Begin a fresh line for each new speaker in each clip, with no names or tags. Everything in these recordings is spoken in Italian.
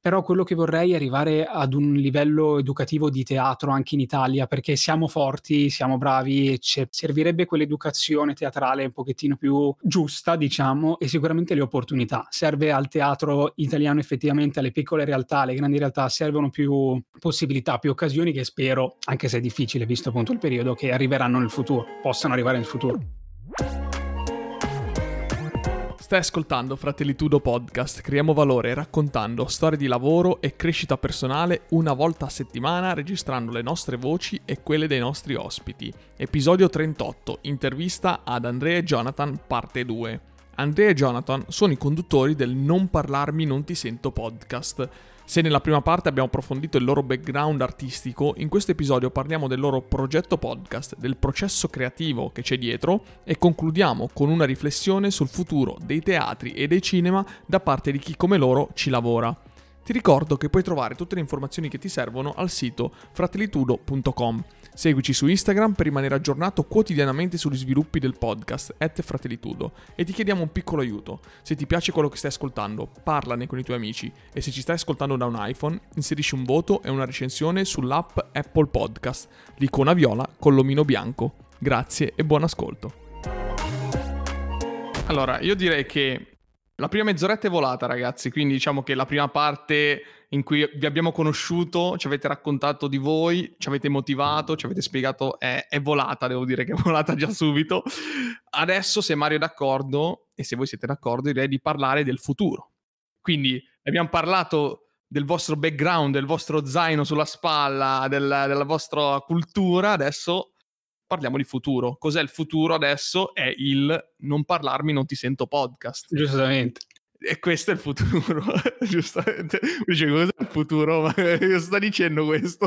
però quello che vorrei è arrivare ad un livello educativo di teatro anche in Italia, perché siamo forti, siamo bravi e servirebbe quell'educazione teatrale un pochettino più giusta, diciamo, e sicuramente le opportunità. Serve al teatro italiano effettivamente, alle piccole realtà, alle grandi realtà, servono più possibilità, più occasioni che spero, anche se è difficile visto appunto il periodo, che arriveranno nel futuro, possano arrivare nel futuro.
Stai ascoltando Fratellitudo Podcast, creiamo valore raccontando storie di lavoro e crescita personale una volta a settimana, registrando le nostre voci e quelle dei nostri ospiti. Episodio 38, intervista ad Andrea e Jonathan, parte 2. Andrea e Jonathan sono i conduttori del Non parlarmi non ti sento podcast. Se nella prima parte abbiamo approfondito il loro background artistico, in questo episodio parliamo del loro progetto podcast, del processo creativo che c'è dietro e concludiamo con una riflessione sul futuro dei teatri e dei cinema da parte di chi come loro ci lavora. Ti ricordo che puoi trovare tutte le informazioni che ti servono al sito fratellitudo.com. Seguici su Instagram per rimanere aggiornato quotidianamente sugli sviluppi del podcast @fratellitudo e ti chiediamo un piccolo aiuto. Se ti piace quello che stai ascoltando, parlane con i tuoi amici e se ci stai ascoltando da un iPhone, inserisci un voto e una recensione sull'app Apple Podcast, l'icona viola con l'omino bianco. Grazie e buon ascolto. Allora, io direi che la prima mezz'oretta è volata, ragazzi, quindi diciamo che la prima parte in cui vi abbiamo conosciuto, ci avete raccontato di voi, ci avete motivato, ci avete spiegato, è volata, devo dire che è volata già subito. Adesso, se Mario è d'accordo, e se voi siete d'accordo, direi di parlare del futuro. Quindi abbiamo parlato del vostro background, del vostro zaino sulla spalla, della vostra cultura, adesso parliamo di futuro. Cos'è il futuro adesso? È il Non parlarmi non ti sento podcast.
Giustamente.
E questo è il futuro, giustamente. Dice, cos'è il futuro? Ma cosa sta dicendo questo?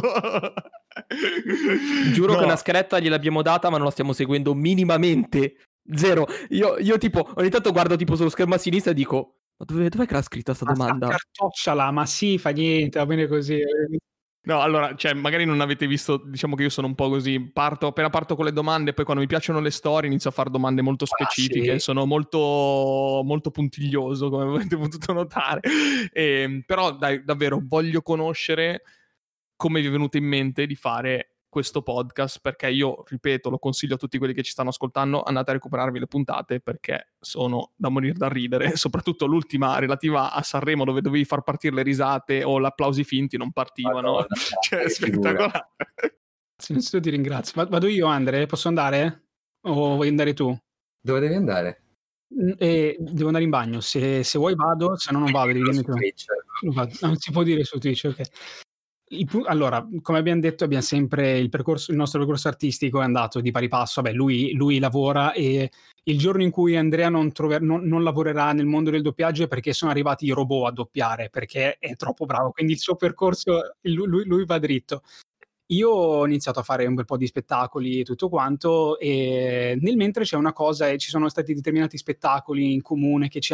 Giuro
No.
che una scaletta gliel'abbiamo data, ma non la stiamo seguendo minimamente. Zero. Io tipo, ogni tanto guardo tipo sullo schermo a sinistra e dico, ma dov'è che l'ha scritta sta domanda?
Cartocciala, ma sì, fa niente, va bene così.
No, allora, cioè, magari non avete visto, diciamo che io sono un po' così, appena parto con le domande, poi quando mi piacciono le storie inizio a fare domande molto specifiche,
sì.
sono molto, molto puntiglioso, come avete potuto notare, però dai, davvero, voglio conoscere come vi è venuto in mente di fare questo podcast, perché io, ripeto, lo consiglio a tutti quelli che ci stanno ascoltando, andate a recuperarvi le puntate perché sono da morire da ridere, soprattutto l'ultima relativa a Sanremo dove dovevi far partire le risate o gli applausi finti non partivano.
Madonna,
Cioè è spettacolare.
Innanzitutto ti ringrazio. Vado io, Andre? Posso andare? O vuoi andare tu?
Dove devi andare?
Devo andare in bagno. Se vuoi vado, se no non vado. Devi dirmi
Su
tu.
Twitch.
Non si può dire su Twitch, ok. Allora, come abbiamo detto, abbiamo sempre il nostro percorso artistico è andato di pari passo. Vabbè, lui lavora e il giorno in cui Andrea non lavorerà nel mondo del doppiaggio è perché sono arrivati i robot a doppiare, perché è troppo bravo, quindi il suo percorso, lui va dritto. Io ho iniziato a fare un bel po' di spettacoli e tutto quanto e nel mentre c'è una cosa ci sono stati determinati spettacoli in comune che ci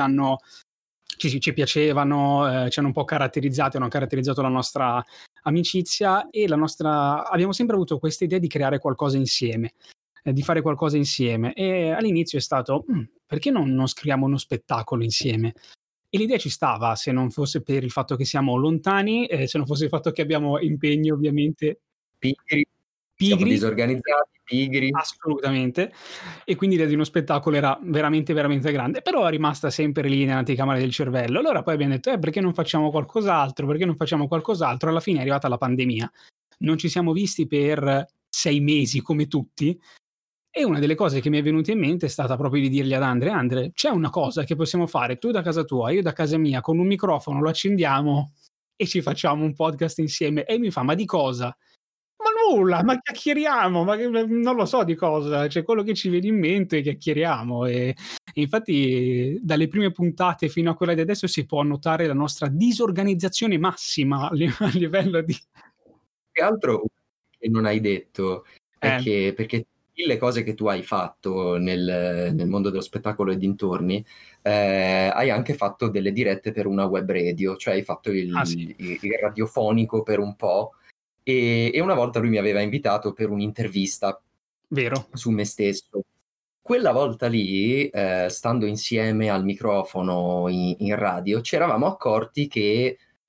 piacevano, ci hanno un po' caratterizzati, hanno caratterizzato la nostra amicizia e abbiamo sempre avuto questa idea di creare qualcosa insieme, di fare qualcosa insieme e all'inizio è stato perché non scriviamo uno spettacolo insieme? E l'idea ci stava, se non fosse per il fatto che siamo lontani, se non fosse il fatto che abbiamo impegni ovviamente
Siamo disorganizzati, pigri.
Assolutamente. E quindi l'idea di uno spettacolo era veramente, veramente grande, però è rimasta sempre lì nell'anticamera del cervello. Allora poi abbiamo detto, perché non facciamo qualcos'altro? Perché non facciamo qualcos'altro? Alla fine è arrivata la pandemia. Non ci siamo visti per 6 mesi come tutti e una delle cose che mi è venuta in mente è stata proprio di dirgli ad Andre, c'è una cosa che possiamo fare, tu da casa tua, io da casa mia, con un microfono lo accendiamo e ci facciamo un podcast insieme. E mi fa, ma di cosa? Ma nulla, ma chiacchieriamo, non lo so di cosa, cioè quello che ci viene in mente chiacchieriamo e infatti dalle prime puntate fino a quella di adesso si può notare la nostra disorganizzazione massima a livello di...
Che altro che non hai detto è che perché le cose che tu hai fatto nel mondo dello spettacolo e dintorni, hai anche fatto delle dirette per una web radio, cioè hai fatto il radiofonico per un po'. E una volta lui mi aveva invitato per un'intervista su me stesso. Quella volta lì, stando insieme al microfono in radio, ci eravamo accorti che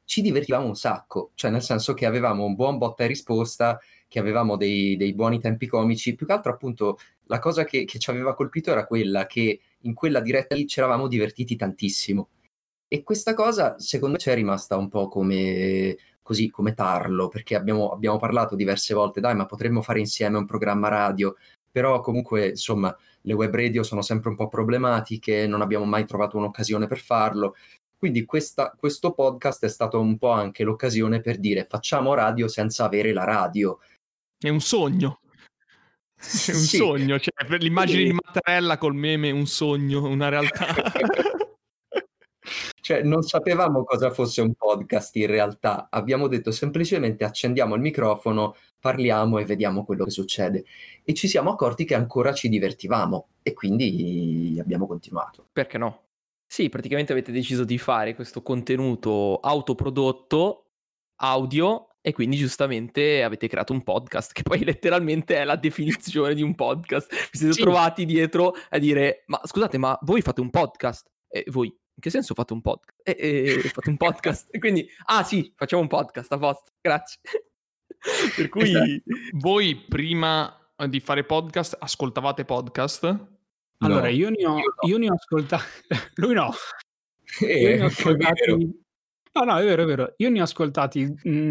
ci divertivamo un sacco, cioè nel senso che avevamo un buon botta e risposta, che avevamo dei buoni tempi comici. Più che altro appunto la cosa che ci aveva colpito era quella che in quella diretta lì ci eravamo divertiti tantissimo, e questa cosa secondo me ci è rimasta un po' come così, come tarlo, perché abbiamo parlato diverse volte, dai, ma potremmo fare insieme un programma radio, però comunque insomma le web radio sono sempre un po' problematiche, non abbiamo mai trovato un'occasione per farlo. Quindi questo podcast è stato un po' anche l'occasione per dire facciamo radio senza avere la radio.
È un sogno. È un
Sì.
sogno, cioè per l'immagine di Mattarella col meme, un sogno, una realtà.
Cioè, non sapevamo cosa fosse un podcast in realtà. Abbiamo detto semplicemente accendiamo il microfono, parliamo e vediamo quello che succede. E ci siamo accorti che ancora ci divertivamo e quindi abbiamo continuato.
Perché no? Sì, praticamente avete deciso di fare questo contenuto autoprodotto, audio, e quindi giustamente avete creato un podcast, che poi letteralmente è la definizione di un podcast. Vi siete trovati dietro a dire, ma scusate, ma voi fate un podcast? E voi, in che senso fate un podcast? Fate un podcast? E quindi, sì, facciamo un podcast, a posto, grazie. Per cui...
Esatto.
Voi prima di fare podcast ascoltavate podcast?
Allora,
No,
io ne ho ascoltati. Lui no. Io ne ho ascoltati. No, è vero. Io ne ho ascoltati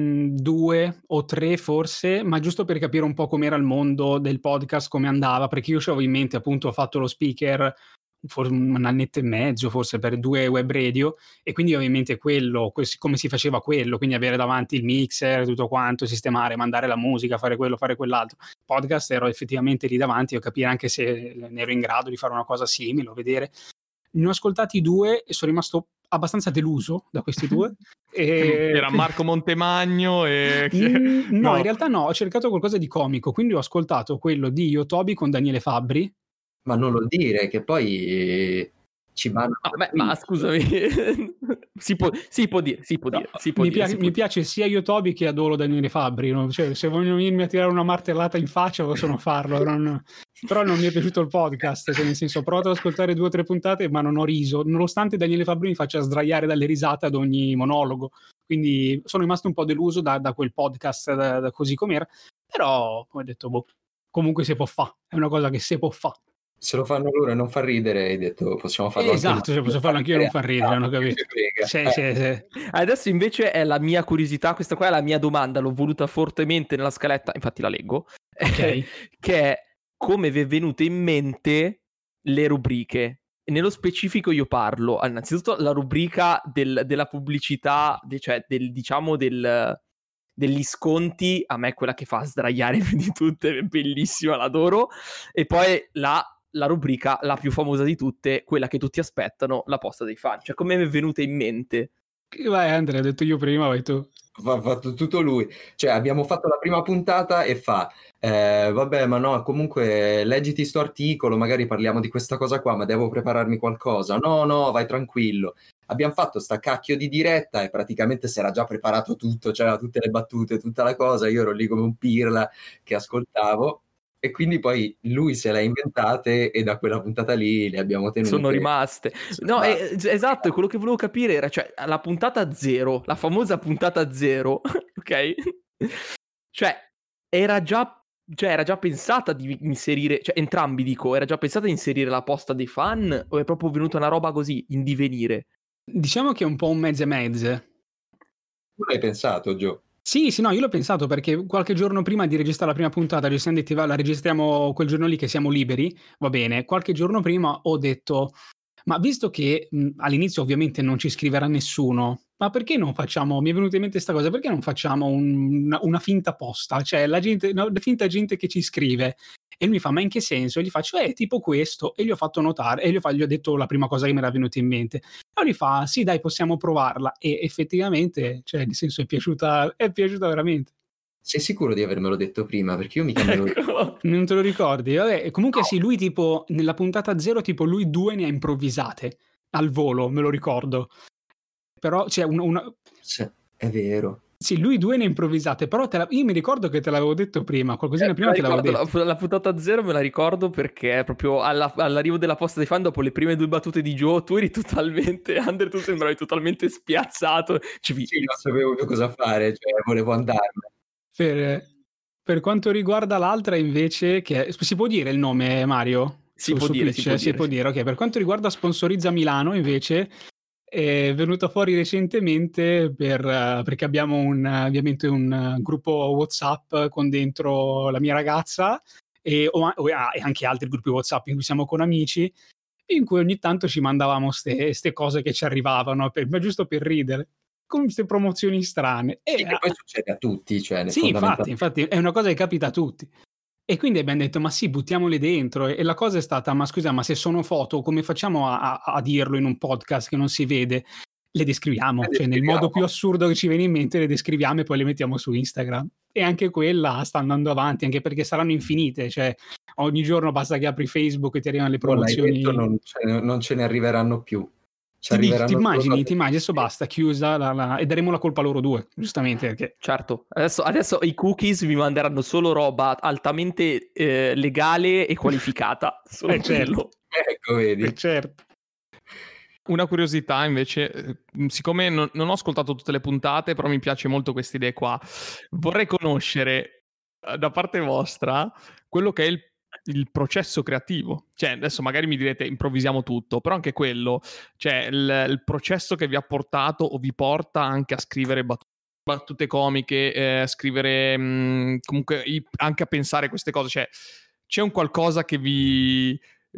2 o 3 forse, ma giusto per capire un po' com'era il mondo del podcast, come andava, perché io c'avevo in mente, appunto, ho fatto lo speaker un annetto e mezzo forse per 2 web radio, e quindi avevo in mente quello, come si faceva quello, quindi avere davanti il mixer, tutto quanto, sistemare, mandare la musica, fare quello, fare quell'altro. Podcast ero effettivamente lì davanti, io capire anche se ne ero in grado di fare una cosa simile o vedere. Ne ho ascoltati 2 e sono rimasto abbastanza deluso da questi 2.
Era Marco Montemagno e...
No, in realtà no, ho cercato qualcosa di comico, quindi ho ascoltato quello di Io Tobi con Daniele Fabbri.
Ma non lo dire, che poi ci vanno...
ma scusami, si può dire.
Mi piace sia Io Tobi che adoro Daniele Fabbri, no? Cioè, se vogliono venirmi a tirare una martellata in faccia possono farlo, però non mi è piaciuto il podcast, cioè, nel senso, ho provato ad ascoltare 2 o 3 puntate ma non ho riso, nonostante Daniele Fabbri mi faccia sdraiare dalle risate ad ogni monologo, quindi sono rimasto un po' deluso da quel podcast, da così com'era, però come ho detto, comunque si può fare, è una cosa che si può fare.
Se lo fanno loro e non fa ridere, hai detto possiamo farlo anche
esatto, cioè posso farlo anch'io e non fa ridere, hanno capito. Sì.
Adesso invece è la mia curiosità, questa qua è la mia domanda, l'ho voluta fortemente nella scaletta, infatti la leggo,
okay.
Che è come vi è venute in mente le rubriche. E nello specifico io parlo, innanzitutto la rubrica della pubblicità, degli sconti, a me è quella che fa sdraiare più di tutte, è bellissima, l'adoro, e poi la rubrica, la più famosa di tutte, quella che tutti aspettano, la posta dei fan. Cioè, come mi è venuta in mente?
Vai Andrea, ho detto io prima, vai tu.
Ha fatto tutto lui. Cioè, abbiamo fatto la prima puntata e fa vabbè, ma no, comunque leggiti sto articolo, magari parliamo di questa cosa qua, ma devo prepararmi qualcosa. No, vai tranquillo. Abbiamo fatto sta cacchio di diretta e praticamente si era già preparato tutto, c'era tutte le battute, tutta la cosa, io ero lì come un pirla che ascoltavo, e quindi poi lui se le ha inventate e da quella puntata lì le abbiamo tenute.
Sono rimaste. Esatto, quello che volevo capire era, cioè, la puntata 0, la famosa puntata 0, ok? Cioè, era già pensata di inserire, cioè entrambi dico, era già pensata di inserire la posta dei fan o è proprio venuta una roba così, in divenire?
Diciamo che è un po' un mezzo e mezzo.
Tu l'hai pensato, Gio?
Sì, no, io l'ho pensato perché qualche giorno prima di registrare la prima puntata ci siamo detti, la registriamo quel giorno lì che siamo liberi, va bene. Qualche giorno prima ho detto, ma visto che all'inizio ovviamente non ci scriverà nessuno, ma perché non facciamo, mi è venuta in mente questa cosa, perché non facciamo una finta posta, cioè la finta gente che ci scrive, e lui mi fa, ma in che senso? E gli faccio, tipo questo, e gli ho fatto notare, e gli ho detto la prima cosa che mi era venuta in mente, e lui fa, sì dai, possiamo provarla, e effettivamente, cioè nel senso è piaciuta veramente.
Sei sicuro di avermelo detto prima? Perché io mica me lo ricordo.
Non te lo ricordi? Vabbè, comunque no. Sì, lui tipo, nella puntata 0, tipo lui 2 ne ha improvvisate, al volo, me lo ricordo. Però c'è una...
Sì, è vero.
Sì, lui 2 ne ha improvvisate, però io mi ricordo che te l'avevo detto prima, qualcosina prima te l'avevo detto.
La puntata 0 me la ricordo perché proprio all'arrivo della posta dei fan, dopo le prime 2 battute di Joe, tu eri totalmente, Under, tu sembravi totalmente spiazzato.
Sì, non sapevo più cosa fare, cioè volevo andarmene.
Per quanto riguarda l'altra invece, si può dire il nome, Mario?
Si può
su
dire,
Twitch? Si può dire, ok. Per quanto riguarda Sponsorizza Milano invece, è venuto fuori recentemente perché abbiamo ovviamente un gruppo WhatsApp con dentro la mia ragazza e anche altri gruppi WhatsApp in cui siamo con amici, in cui ogni tanto ci mandavamo ste cose che ci arrivavano, ma giusto per ridere, con queste promozioni strane.
Sì, che poi succede a tutti, cioè
Sì, infatti è una cosa che capita a tutti. E quindi abbiamo detto, ma sì, buttiamole dentro. E la cosa è stata, ma scusa, ma se sono foto, come facciamo a dirlo in un podcast che non si vede? Le descriviamo, cioè nel modo più assurdo che ci viene in mente le descriviamo e poi le mettiamo su Instagram. E anche quella sta andando avanti, anche perché saranno infinite, cioè ogni giorno basta che apri Facebook e ti arrivano le promozioni.
L'hai detto, non ce ne arriveranno più.
Ti immagini, adesso basta, chiusa e daremo la colpa a loro 2, giustamente. Perché...
Certo, adesso i cookies vi manderanno solo roba altamente legale e qualificata. Solo
certo.
Ecco, vedi.
Certo.
Una curiosità invece, siccome non ho ascoltato tutte le puntate, però mi piace molto questa idea qua, vorrei conoscere da parte vostra quello che è il processo creativo. Cioè, adesso magari mi direte improvvisiamo tutto, però anche quello, cioè il processo che vi ha portato o vi porta anche a scrivere battute comiche, scrivere comunque anche a pensare queste cose, cioè c'è un qualcosa che vi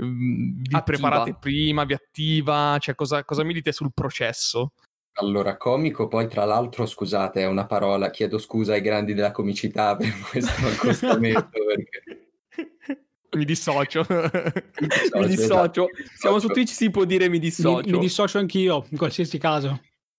preparate prima, vi attiva, cioè cosa mi dite sul processo?
Allora, comico, poi tra l'altro, scusate, è una parola, chiedo scusa ai grandi della comicità per questo accostamento, perché...
Mi dissocio.
Mi dissocio. Siamo su Twitch, si può dire mi dissocio.
Mi dissocio anch'io, in qualsiasi caso.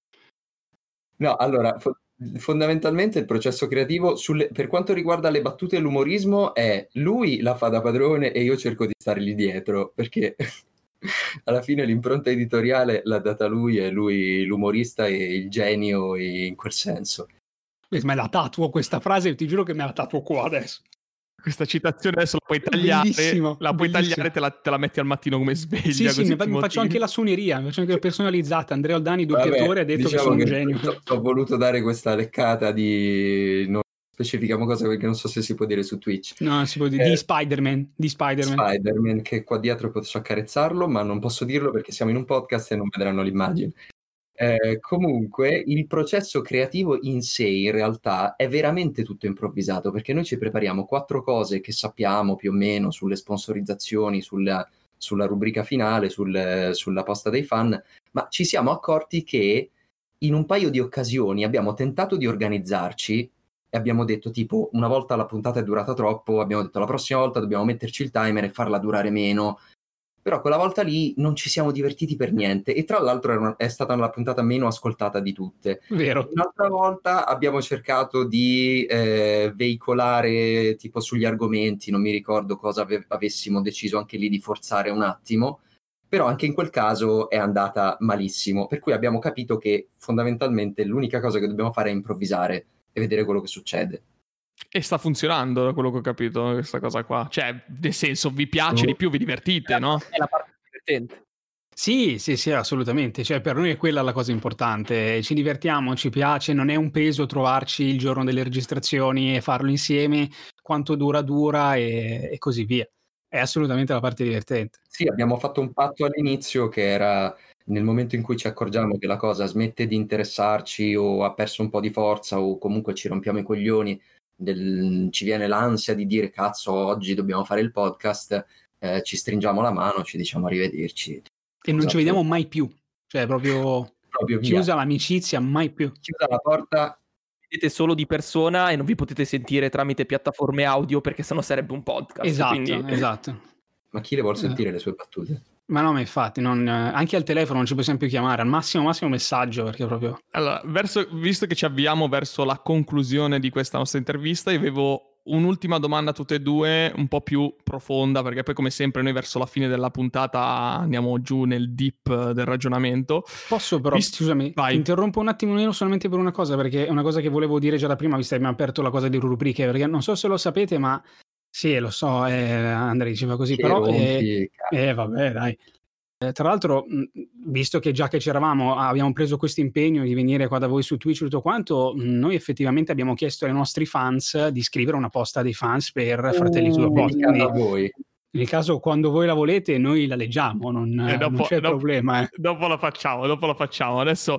No, allora, fondamentalmente il processo creativo, per quanto riguarda le battute e l'umorismo, è lui la fa da padrone e io cerco di stargli dietro, perché alla fine l'impronta editoriale l'ha data lui, e lui l'umorista e il genio in quel senso.
Me la tatuo questa frase, ti giuro che me la tatuo qua adesso.
Questa citazione adesso la puoi tagliare,
bellissimo.
Tagliare e te la metti al mattino come sveglia.
Sì, mi faccio anche la suoneria, mi faccio anche personalizzata. Andrea Oldani, doppiatore, ha detto che sono un genio.
Ho voluto dare questa leccata di... Non specifichiamo cosa perché non so se si può dire su Twitch.
No, si può dire di Spider-Man.
Spider-Man, che qua dietro posso accarezzarlo, ma non posso dirlo perché siamo in un podcast e non vedranno l'immagine. Comunque il processo creativo in sé in realtà è veramente tutto improvvisato, perché noi ci prepariamo 4 cose che sappiamo più o meno sulle sponsorizzazioni, sulla rubrica finale, sulla posta dei fan, ma ci siamo accorti che in un paio di occasioni abbiamo tentato di organizzarci e abbiamo detto tipo una volta la puntata è durata troppo, abbiamo detto la prossima volta dobbiamo metterci il timer e farla durare meno. Però quella volta lì non ci siamo divertiti per niente e tra l'altro è stata la puntata meno ascoltata di tutte.
Vero.
Un'altra volta abbiamo cercato di veicolare tipo sugli argomenti, non mi ricordo cosa avessimo deciso anche lì di forzare un attimo, però anche in quel caso è andata malissimo, per cui abbiamo capito che fondamentalmente l'unica cosa che dobbiamo fare è improvvisare e vedere quello che succede.
E sta funzionando, da quello che ho capito, questa cosa qua. Cioè, nel senso, vi piace di più, vi divertite, no?
È la parte divertente.
Sì, assolutamente. Cioè, per noi è quella la cosa importante. Ci divertiamo, ci piace, non è un peso trovarci il giorno delle registrazioni e farlo insieme, quanto dura e così via. È assolutamente la parte divertente.
Sì, abbiamo fatto un patto all'inizio che era nel momento in cui ci accorgiamo che la cosa smette di interessarci o ha perso un po' di forza o comunque ci rompiamo i coglioni, ci viene l'ansia di dire cazzo oggi dobbiamo fare il podcast, ci stringiamo la mano, ci diciamo arrivederci
e non ci vediamo mai più, cioè proprio chiusa l'amicizia, mai più,
chiusa la porta,
vedete solo di persona e non vi potete sentire tramite piattaforme audio perché sennò sarebbe un podcast.
Esatto.
Ma chi le vuol sentire le sue battute?
Ma no, ma infatti, anche al telefono non ci possiamo più chiamare, al massimo messaggio, perché proprio...
Allora, visto che ci avviamo verso la conclusione di questa nostra intervista, io avevo un'ultima domanda a tutte e due, un po' più profonda, perché poi come sempre noi verso la fine della puntata andiamo giù nel deep del ragionamento.
Posso però, scusami,
Vai.
ti interrompo un attimino solamente per una cosa, perché è una cosa che volevo dire già da prima, visto che abbiamo aperto la cosa delle rubriche, perché non so se lo sapete, ma sì, lo so, Andrea diceva così,
Che
però
rompi,
vabbè, dai. Tra l'altro, visto che già che c'eravamo, abbiamo preso questo impegno di venire qua da voi su Twitch e tutto quanto, noi effettivamente abbiamo chiesto ai nostri fans di scrivere una posta dei fans per Fratelli Tudo Podcast.
dedicata a voi.
Nel caso, quando voi la volete, noi la leggiamo, non c'è problema.
Dopo la facciamo. Adesso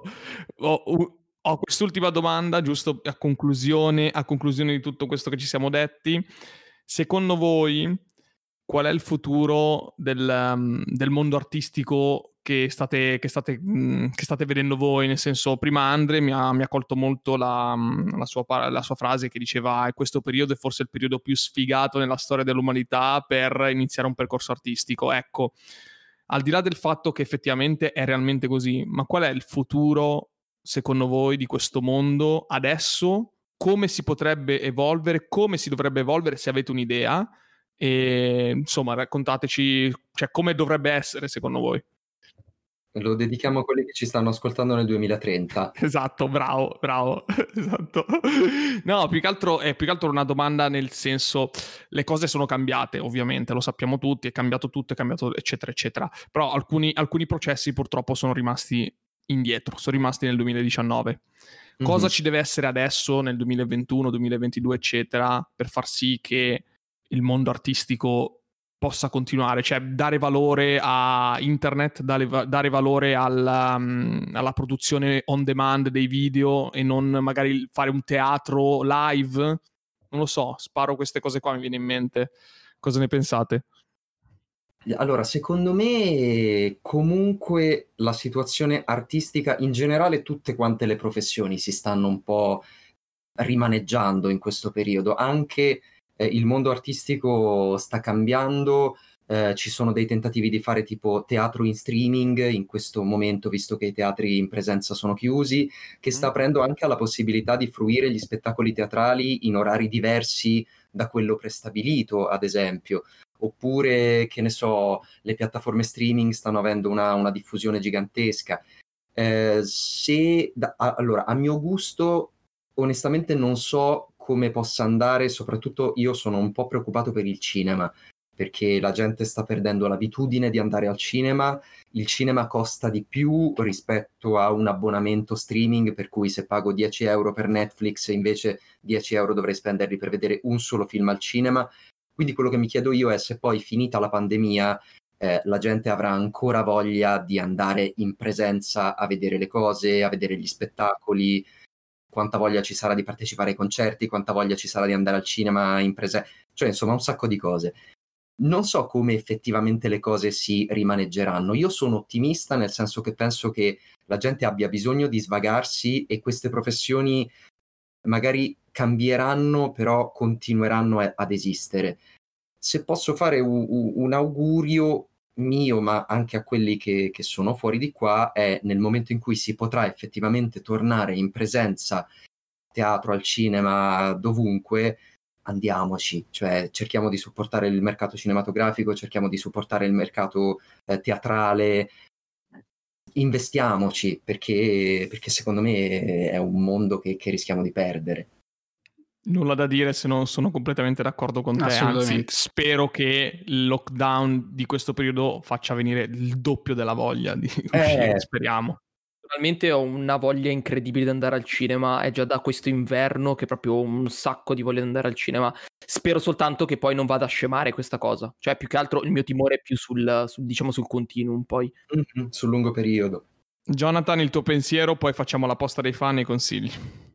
ho quest'ultima domanda, giusto a conclusione di tutto questo che ci siamo detti. Secondo voi, qual è il futuro del mondo artistico che state vedendo voi? Nel senso, prima Andre mi ha colto molto la sua frase che diceva: questo periodo è forse il periodo più sfigato nella storia dell'umanità per iniziare un percorso artistico. Ecco, al di là del fatto che effettivamente è realmente così, ma qual è il futuro, secondo voi, di questo mondo adesso? Come si potrebbe evolvere? Come si dovrebbe evolvere, se avete un'idea? E insomma, raccontateci, cioè, come dovrebbe essere secondo voi.
Lo dedichiamo a quelli che ci stanno ascoltando nel 2030.
Esatto, bravo. Esatto. No, più che altro è una domanda, nel senso, le cose sono cambiate, ovviamente, lo sappiamo tutti, è cambiato tutto, è cambiato eccetera eccetera, però alcuni processi purtroppo sono rimasti indietro, sono rimasti nel 2019. Cosa ci deve essere adesso nel 2021, 2022 eccetera, per far sì che il mondo artistico possa continuare, cioè dare valore a internet, dare valore alla produzione on demand dei video e non magari fare un teatro live? Non lo so, sparo queste cose qua, mi viene in mente. Cosa ne pensate?
Allora, secondo me comunque la situazione artistica in generale, tutte quante le professioni si stanno un po' rimaneggiando in questo periodo. Anche il mondo artistico sta cambiando, ci sono dei tentativi di fare tipo teatro in streaming in questo momento, visto che i teatri in presenza sono chiusi, che sta aprendo anche alla possibilità di fruire gli spettacoli teatrali in orari diversi da quello prestabilito, ad esempio. Oppure, che ne so, le piattaforme streaming stanno avendo una diffusione gigantesca. Allora, a mio gusto, onestamente non so come possa andare, soprattutto io sono un po' preoccupato per il cinema, perché la gente sta perdendo l'abitudine di andare al cinema, il cinema costa di più rispetto a un abbonamento streaming, per cui se pago 10 euro per Netflix, invece 10 euro dovrei spenderli per vedere un solo film al cinema. Quindi quello che mi chiedo io è se poi, finita la pandemia, la gente avrà ancora voglia di andare in presenza a vedere le cose, a vedere gli spettacoli, quanta voglia ci sarà di partecipare ai concerti, quanta voglia ci sarà di andare al cinema in presenza, cioè insomma un sacco di cose. Non so come effettivamente le cose si rimaneggeranno. Io sono ottimista, nel senso che penso che la gente abbia bisogno di svagarsi e queste professioni magari cambieranno, però continueranno ad esistere. Se posso fare un augurio mio, ma anche a quelli che sono fuori di qua, è nel momento in cui si potrà effettivamente tornare in presenza, teatro, al cinema, dovunque, andiamoci, cioè cerchiamo di supportare il mercato cinematografico, cerchiamo di supportare il mercato teatrale, investiamoci, perché secondo me è un mondo che rischiamo di perdere.
Nulla da dire, se non sono completamente d'accordo con te, anzi spero che il lockdown di questo periodo faccia venire il doppio della voglia di uscire, speriamo.
Personalmente ho una voglia incredibile di andare al cinema, è già da questo inverno che proprio ho un sacco di voglia di andare al cinema. Spero soltanto che poi non vada a scemare questa cosa, cioè più che altro il mio timore è più diciamo sul continuum poi.
Sul lungo periodo.
Jonathan, il tuo pensiero, poi facciamo la posta dei fan e i consigli.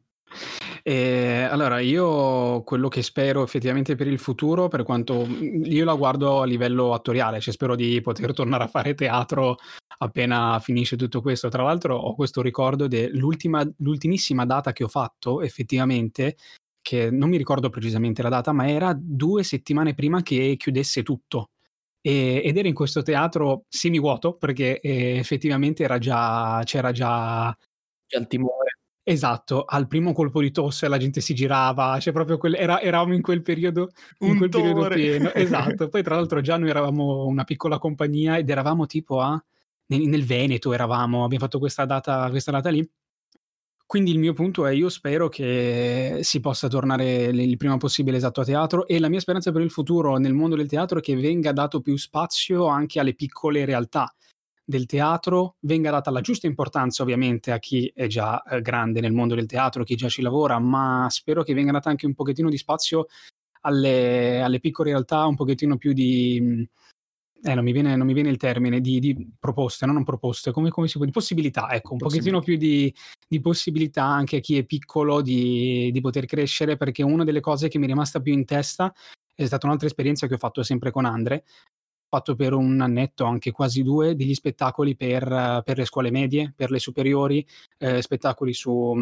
Allora, io quello che spero effettivamente per il futuro, per quanto io la guardo a livello attoriale, cioè spero di poter tornare a fare teatro appena finisce tutto questo. Tra l'altro ho questo ricordo dell'ultimissima data che ho fatto effettivamente, che non mi ricordo precisamente la data, ma era 2 settimane prima che chiudesse tutto. Ed ero in questo teatro semivuoto perché effettivamente c'era già
C'è il timore.
Esatto, al primo colpo di tosse la gente si girava, cioè proprio eravamo in quel periodo pieno, esatto. Poi tra l'altro già noi eravamo una piccola compagnia ed eravamo tipo nel Veneto abbiamo fatto questa data lì. Quindi il mio punto è: io spero che si possa tornare il prima possibile, esatto, a teatro, e la mia speranza per il futuro nel mondo del teatro è che venga dato più spazio anche alle piccole realtà del teatro, venga data la giusta importanza ovviamente a chi è già grande nel mondo del teatro, chi già ci lavora, ma spero che venga data anche un pochettino di spazio alle piccole realtà, un pochettino più di non mi viene il termine, di proposte, no, non proposte, come si può, di possibilità, ecco, un pochettino più di possibilità anche a chi è piccolo di poter crescere, perché una delle cose che mi è rimasta più in testa è stata un'altra esperienza che ho fatto sempre con Andre, fatto per un annetto, anche quasi 2, degli spettacoli per le scuole medie, per le superiori, spettacoli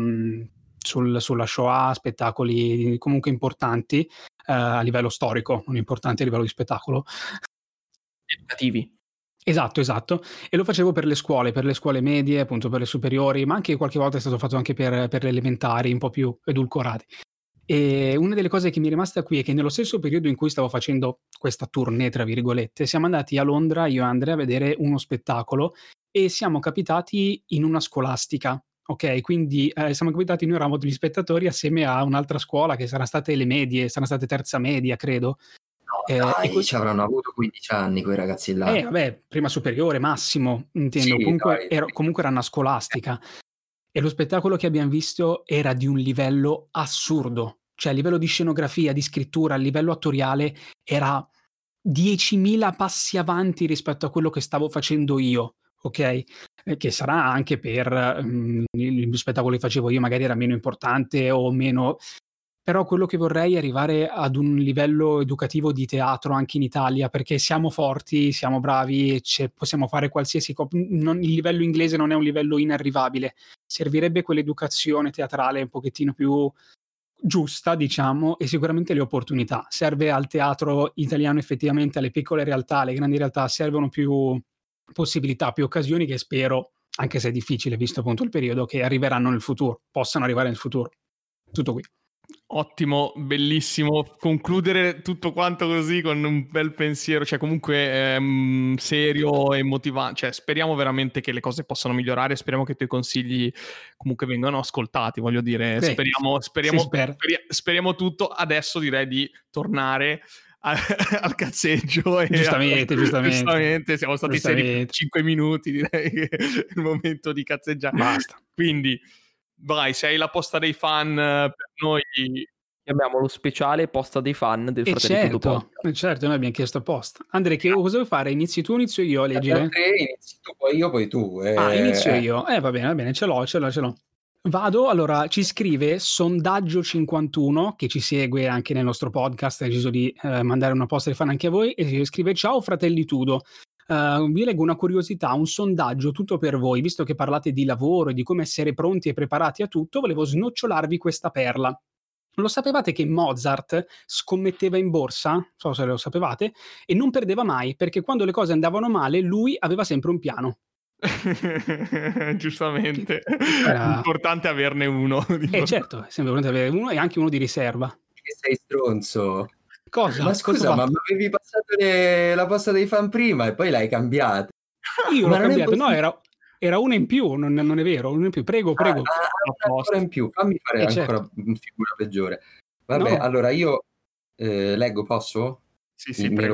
sulla Shoah, spettacoli comunque importanti a livello storico, non importanti a livello di spettacolo.
Educativi.
Esatto. E lo facevo per le scuole medie, appunto per le superiori, ma anche qualche volta è stato fatto anche per le elementari, un po' più edulcorati. E una delle cose che mi è rimasta qui è che nello stesso periodo in cui stavo facendo questa tournée, tra virgolette, siamo andati a Londra, io e Andrea, a vedere uno spettacolo e siamo capitati in una scolastica, ok? Quindi siamo capitati, noi eravamo degli spettatori assieme a un'altra scuola che saranno state le medie, saranno state terza media, credo.
No, dai, ci avranno avuto 15 anni quei ragazzi là.
Vabbè, prima superiore, massimo, intendo.
Sì,
comunque
dai.
era una scolastica. E lo spettacolo che abbiamo visto era di un livello assurdo. Cioè a livello di scenografia, di scrittura, a livello attoriale era 10.000 passi avanti rispetto a quello che stavo facendo io, ok? Che sarà anche per il spettacolo che facevo io magari era meno importante o meno, però quello che vorrei è arrivare ad un livello educativo di teatro anche in Italia, perché siamo forti, siamo bravi e possiamo fare qualsiasi il livello inglese non è un livello inarrivabile, servirebbe quell'educazione teatrale un pochettino più giusta, diciamo, e sicuramente le opportunità. Serve al teatro italiano effettivamente, alle piccole realtà, alle grandi realtà, servono più possibilità, più occasioni che spero, anche se è difficile visto appunto il periodo, che arriveranno nel futuro, possano arrivare nel futuro. Tutto qui.
Ottimo, bellissimo concludere tutto quanto così con un bel pensiero, cioè comunque serio e motivante, cioè speriamo veramente che le cose possano migliorare, speriamo che i tuoi consigli comunque vengano ascoltati, voglio dire, speriamo tutto. Adesso direi di tornare al cazzeggio. Giustamente, siamo stati seri per 5 minuti, direi che è il momento di cazzeggiare.
Basta.
Quindi vai, sei la posta dei fan per noi.
Abbiamo lo speciale posta dei fan del Fratelli Tudo Podcast.
Certo, noi abbiamo chiesto apposta. Andrea, cosa vuoi fare? Inizi tu, inizio io a leggere?
Inizi tu, poi io, poi tu.
Inizio io. Va bene, ce l'ho. Vado, allora ci scrive Sondaggio 51, che ci segue anche nel nostro podcast, ha deciso di mandare una posta dei fan anche a voi, e scrive: ciao Fratelli Tudo. Vi leggo una curiosità, un sondaggio tutto per voi, visto che parlate di lavoro e di come essere pronti e preparati a tutto, volevo snocciolarvi questa perla. Lo sapevate che Mozart scommetteva in borsa? Non so se lo sapevate, e non perdeva mai, perché quando le cose andavano male lui aveva sempre un piano.
Giustamente, è importante averne uno.
Certo, è sempre importante avere uno e anche uno di riserva.
Che sei stronzo.
Cosa?
Ma scusa, ma avevi passato la posta dei fan prima e poi l'hai cambiata?
Io l'ho cambiato, no, era una in più, non è vero, una in più, prego.
Ancora in più, fammi fare ancora una figura peggiore. Vabbè, no. Allora io leggo, posso?
Sì, prego.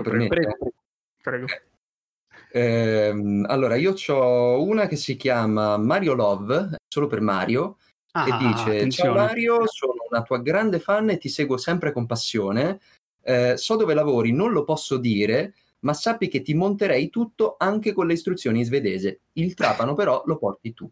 Allora, io ho una che si chiama Mario Love, solo per Mario, e dice: attenzione. Ciao Mario, sono una tua grande fan e ti seguo sempre con passione. So dove lavori, non lo posso dire, ma sappi che ti monterei tutto anche con le istruzioni in svedese. Il trapano però lo porti tu.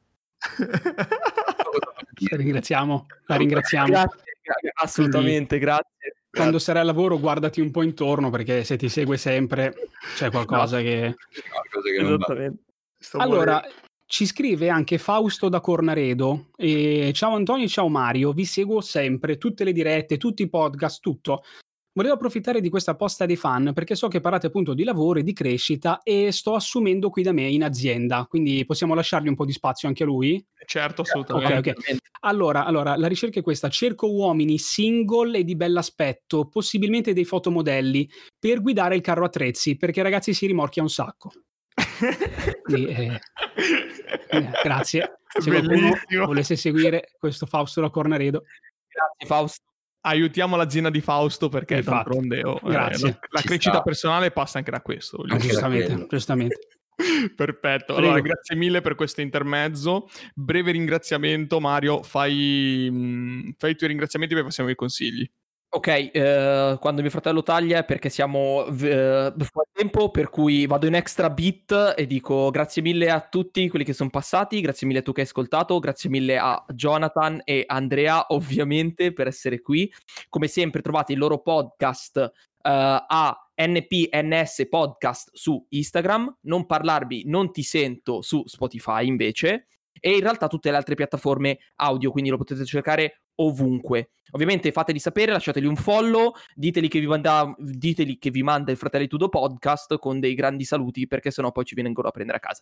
La ringraziamo.
Grazie, assolutamente, grazie.
Quando sarai al lavoro guardati un po' intorno, perché se ti segue sempre c'è qualcosa che
non va.
Allora, ci scrive anche Fausto da Cornaredo. Ciao Antonio, ciao Mario, vi seguo sempre, tutte le dirette, tutti i podcast, tutto. volevo approfittare di questa posta dei fan perché so che parlate appunto di lavoro e di crescita e sto assumendo qui da me in azienda, quindi possiamo lasciargli un po' di spazio anche a lui?
Certo,
Ok,
assolutamente.
ok. Allora, la ricerca è questa: cerco uomini single e di bell'aspetto, possibilmente dei fotomodelli, per guidare il carro attrezzi, perché ragazzi si rimorchia un sacco. Quindi, grazie. Se qualcuno
Bellissimo.
volesse seguire questo Fausto da Cornaredo.
Grazie Fausto.
Aiutiamo l'azienda di Fausto perché
Infatti.
d'altronde
Grazie.
la
Ci
crescita
sta.
personale passa anche da questo. voglio
Anche
dire.
da
Giustamente,
quello.
giustamente.
Perfetto,
Prego.
allora grazie mille per questo intermezzo. Breve ringraziamento, Mario, fai i tuoi ringraziamenti, poi passiamo ai consigli.
Ok, quando mio fratello taglia è perché siamo fuori tempo, per cui vado in extra bit e dico grazie mille a tutti quelli che sono passati, grazie mille a tu che hai ascoltato, grazie mille a Jonathan e Andrea ovviamente per essere qui. Come sempre trovate il loro podcast a NPNS Podcast su Instagram, Non parlarvi, non ti sento su Spotify invece, e in realtà tutte le altre piattaforme audio, quindi lo potete cercare ovunque. Ovviamente fateli sapere, lasciateli un follow, diteli che vi manda il Fratelli Tudo Podcast con dei grandi saluti, perché sennò poi ci vengono a prendere a casa.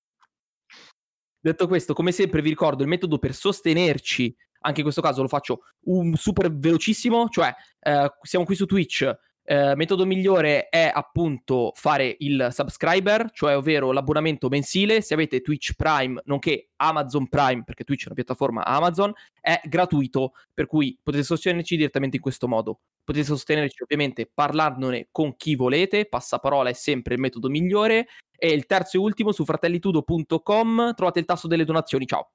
Detto questo, come sempre vi ricordo il metodo per sostenerci, anche in questo caso lo faccio un super velocissimo, cioè siamo qui su Twitch. Metodo migliore è appunto fare il subscriber, cioè ovvero l'abbonamento mensile. Se avete Twitch Prime nonché Amazon Prime, perché Twitch è una piattaforma Amazon, è gratuito, per cui potete sostenerci direttamente in questo modo. Potete sostenerci ovviamente parlandone con chi volete, passaparola è sempre il metodo migliore. E il terzo e ultimo su fratellitudo.com trovate il tasto delle donazioni. Ciao.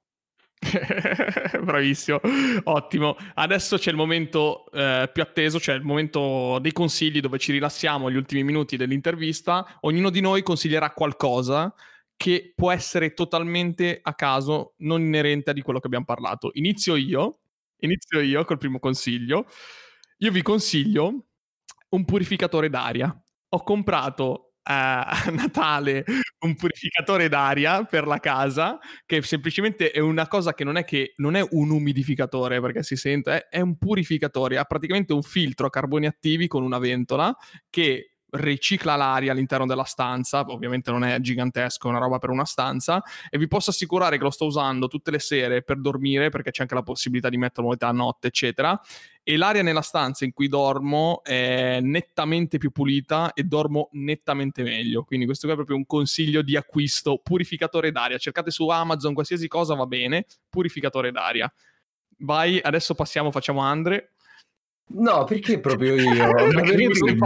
Bravissimo, ottimo. Adesso c'è il momento più atteso, cioè il momento dei consigli dove ci rilassiamo gli ultimi minuti dell'intervista. Ognuno di noi consiglierà qualcosa che può essere totalmente a caso, non inerente a di quello che abbiamo parlato. Inizio io col primo consiglio. Io vi consiglio un purificatore d'aria. Ho comprato a Natale un purificatore d'aria per la casa, che semplicemente è una cosa che non è un umidificatore, perché si sente, è un purificatore, ha praticamente un filtro a carboni attivi con una ventola che ricicla l'aria all'interno della stanza. Ovviamente non è gigantesco, è una roba per una stanza, e vi posso assicurare che lo sto usando tutte le sere per dormire, perché c'è anche la possibilità di metterlo a notte, eccetera, e l'aria nella stanza in cui dormo è nettamente più pulita e dormo nettamente meglio. Quindi questo qua è proprio un consiglio di acquisto: purificatore d'aria. Cercate su Amazon qualsiasi cosa, va bene, purificatore d'aria. Vai, adesso facciamo Andre.
No, perché proprio io?
Perché ti ho visto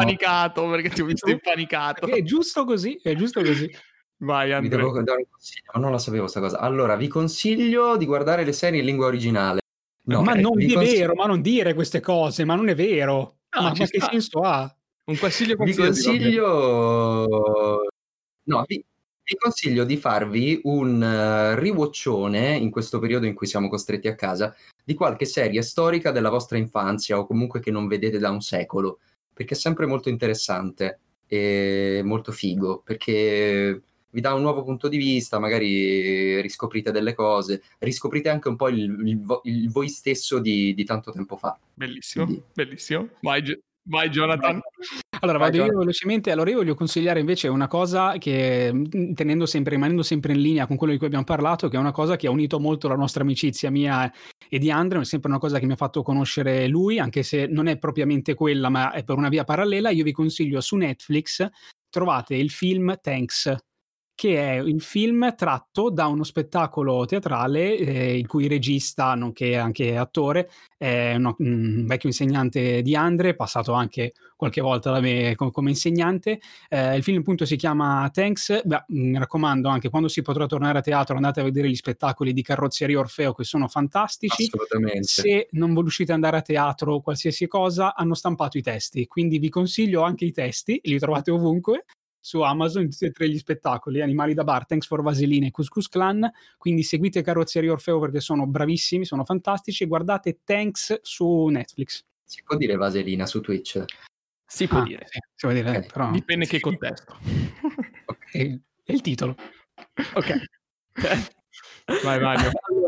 impanicato.
È giusto così, è giusto così.
Vai,
Vi
Andre.
devo dare un consiglio, ma non la sapevo sta cosa. Allora, vi consiglio di guardare le serie in lingua originale. No,
ma non
vi
è
consiglio-
vero, ma non dire queste cose, ma non è vero.
No,
Ma
ci
che
sta.
senso ha?
Un consiglio
Vi
qualsiasi, va bene.
consiglio... No, vi consiglio di farvi un rewatchone in questo periodo in cui siamo costretti a casa di qualche serie storica della vostra infanzia o comunque che non vedete da un secolo, perché è sempre molto interessante e molto figo, perché vi dà un nuovo punto di vista, magari riscoprite delle cose, riscoprite anche un po' il voi stesso di tanto tempo fa.
Bellissimo,
Quindi-
bellissimo. Vai Jonathan.
Allora,
Vai,
vado io
Jonathan.
velocemente. Allora, io voglio consigliare invece una cosa che, rimanendo sempre in linea con quello di cui abbiamo parlato, che è una cosa che ha unito molto la nostra amicizia mia e di Andre, è sempre una cosa che mi ha fatto conoscere lui, anche se non è propriamente quella, ma è per una via parallela. Io vi consiglio su Netflix, trovate il film Thanks, che è il film tratto da uno spettacolo teatrale il cui regista, nonché anche attore, è un vecchio insegnante di Andre, passato anche qualche volta da me come insegnante. Il film appunto si chiama Thanks. Mi raccomando, anche quando si potrà tornare a teatro, andate a vedere gli spettacoli di Carrozzeria Orfeo, che sono fantastici.
Assolutamente.
Se non riuscite ad andare a teatro o qualsiasi cosa, hanno stampato i testi, quindi vi consiglio anche i testi, li trovate ovunque su Amazon, in tutti e tre gli spettacoli: Animali da bar, Thanks for Vaseline e Cuscus Clan. Quindi seguite Carrozzeria Orfeo perché sono bravissimi, sono fantastici, e guardate Thanks su Netflix.
Si può dire vaselina su Twitch?
Si può dire.
Sì, si può dire,
Ok.
però
Dipende che contesto.
è il titolo.
Ok.
Vai Mario.
Allora,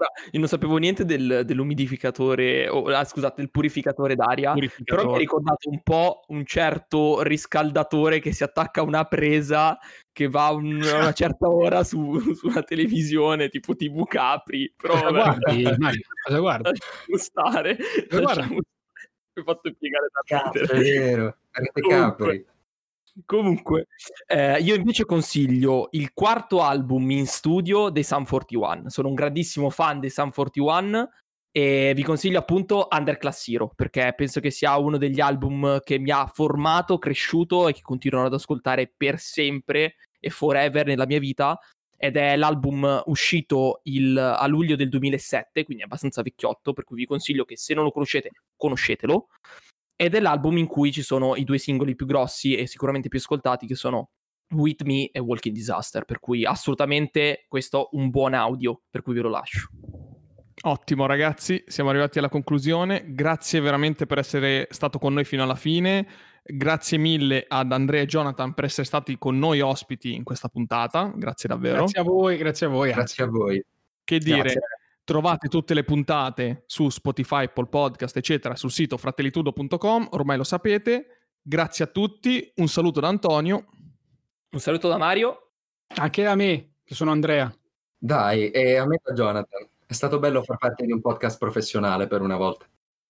Allora, io non sapevo niente dell'umidificatore, scusate, del purificatore d'aria, però mi ha ricordato un po' un certo riscaldatore che si attacca a una presa che va a una certa ora su una televisione, tipo TV Capri. Però
cosa guardi, Mario? Cosa guardi?
Lasciamo stare. Mi ho fatto piegare da ridere.
Cazzo, è vero. Avete Capri.
Comunque, io invece consiglio il quarto album in studio dei Sum 41. Sono un grandissimo fan dei Sum 41 e vi consiglio appunto Underclass Hero, perché penso che sia uno degli album che mi ha formato, cresciuto e che continuerò ad ascoltare per sempre e forever nella mia vita. Ed è l'album uscito a luglio del 2007, quindi è abbastanza vecchiotto, per cui vi consiglio che se non lo conoscete, conoscetelo. Ed è l'album in cui ci sono i due singoli più grossi e sicuramente più ascoltati, che sono With Me e Walking Disaster, per cui assolutamente questo un buon audio, per cui ve lo lascio.
Ottimo ragazzi, siamo arrivati alla conclusione, grazie veramente per essere stato con noi fino alla fine, grazie mille ad Andrea e Jonathan per essere stati con noi ospiti in questa puntata, grazie davvero.
Grazie a voi.
Grazie a voi.
Che dire,
Grazie.
trovate tutte le puntate su Spotify, Apple Podcast, eccetera, sul sito fratellitudo.com, ormai lo sapete. Grazie a tutti, un saluto da Antonio.
Un saluto da Mario.
Anche da me, che sono Andrea.
Dai, e a me da Jonathan. È stato bello far parte di un podcast professionale per una volta.